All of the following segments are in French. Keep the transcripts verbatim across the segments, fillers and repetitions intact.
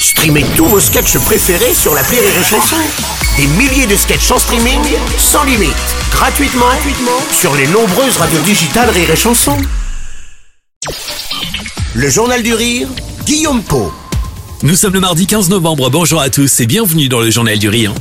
Streamez tous vos sketchs préférés sur l'appli Rire et Chanson. Des milliers de sketchs en streaming, sans limite, gratuitement, gratuitement sur les nombreuses radios digitales Rire et Chanson. Le Journal du Rire, Guillaume Pau. Nous sommes le mardi quinze novembre, bonjour à tous et bienvenue dans le Journal du Rire.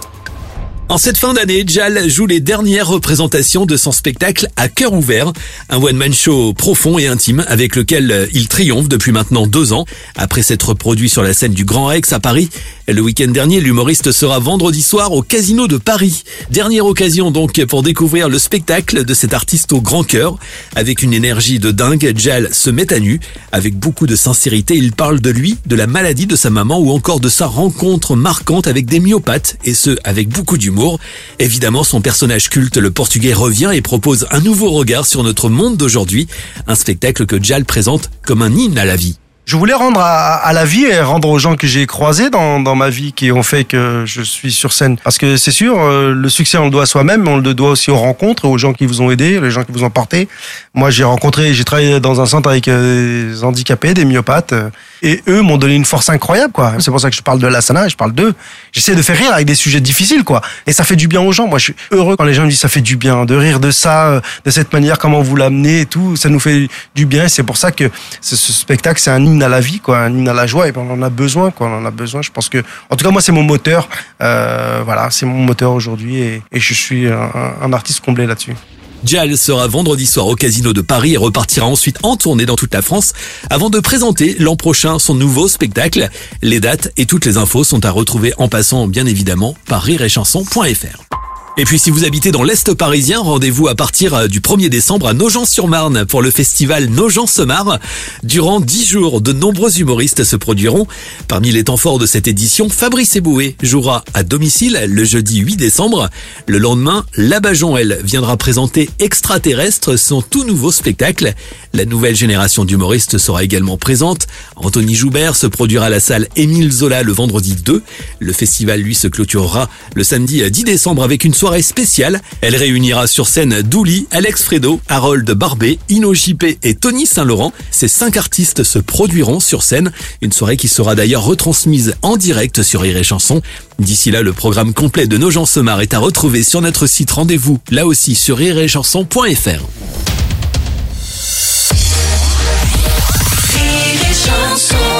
En cette fin d'année, Jal joue les dernières représentations de son spectacle à cœur ouvert, un one-man show profond et intime avec lequel il triomphe depuis maintenant deux ans. Après s'être produit sur la scène du Grand Rex à Paris, le week-end dernier, l'humoriste sera vendredi soir au Casino de Paris. Dernière occasion donc pour découvrir le spectacle de cet artiste au grand cœur. Avec une énergie de dingue, Jal se met à nu. Avec beaucoup de sincérité, il parle de lui, de la maladie de sa maman ou encore de sa rencontre marquante avec des myopathes, et ce, avec beaucoup d'humour. Évidemment, son personnage culte, le Portugais, revient et propose un nouveau regard sur notre monde d'aujourd'hui. Un spectacle que Jal présente comme un hymne à la vie. Je voulais rendre à, à la vie et rendre aux gens que j'ai croisés dans, dans ma vie qui ont fait que je suis sur scène. Parce que c'est sûr, euh, le succès on le doit à soi-même, mais on le doit aussi aux rencontres, aux gens qui vous ont aidé, les gens qui vous ont porté. Moi j'ai rencontré, j'ai travaillé dans un centre avec euh, des handicapés, des myopathes, euh, et eux m'ont donné une force incroyable, quoi. C'est pour ça que je parle de l'asana, je parle d'eux. J'essaie de faire rire avec des sujets difficiles, quoi. Et ça fait du bien aux gens. Moi je suis heureux quand les gens me disent ça fait du bien, de rire de ça, euh, de cette manière, comment vous l'amenez et tout. Ça nous fait du bien. C'est pour ça que ce, ce spectacle, c'est un hymne à la vie, quoi, un hymne à la joie, et on en a besoin, quoi, on en a besoin. Je pense que, en tout cas, moi, c'est mon moteur. Euh, voilà, c'est mon moteur aujourd'hui, et, et je suis un, un artiste comblé là-dessus. Jal sera vendredi soir au Casino de Paris et repartira ensuite en tournée dans toute la France avant de présenter l'an prochain son nouveau spectacle. Les dates et toutes les infos sont à retrouver en passant, bien évidemment, par rire et chanson point f r. Et puis si vous habitez dans l'Est parisien, rendez-vous à partir du premier décembre à Nogent-sur-Marne pour le festival Nogent-Semar. Durant dix jours, de nombreux humoristes se produiront. Parmi les temps forts de cette édition, Fabrice Eboué jouera à domicile le jeudi huit décembre. Le lendemain, Labajon, elle, viendra présenter Extraterrestre, son tout nouveau spectacle. La nouvelle génération d'humoristes sera également présente. Anthony Joubert se produira à la salle Émile Zola le vendredi deux. Le festival, lui, se clôturera le samedi dix décembre avec une soirée spéciale. Elle réunira sur scène Douli, Alex Fredo, Harold Barbet, Ino J P et Tony Saint-Laurent. Ces cinq artistes se produiront sur scène. Une soirée qui sera d'ailleurs retransmise en direct sur Rire et Chanson. D'ici là, le programme complet de Nogent-Semar est à retrouver sur notre site. Rendez-vous là aussi sur rire et chanson point f r. Rire et Chanson.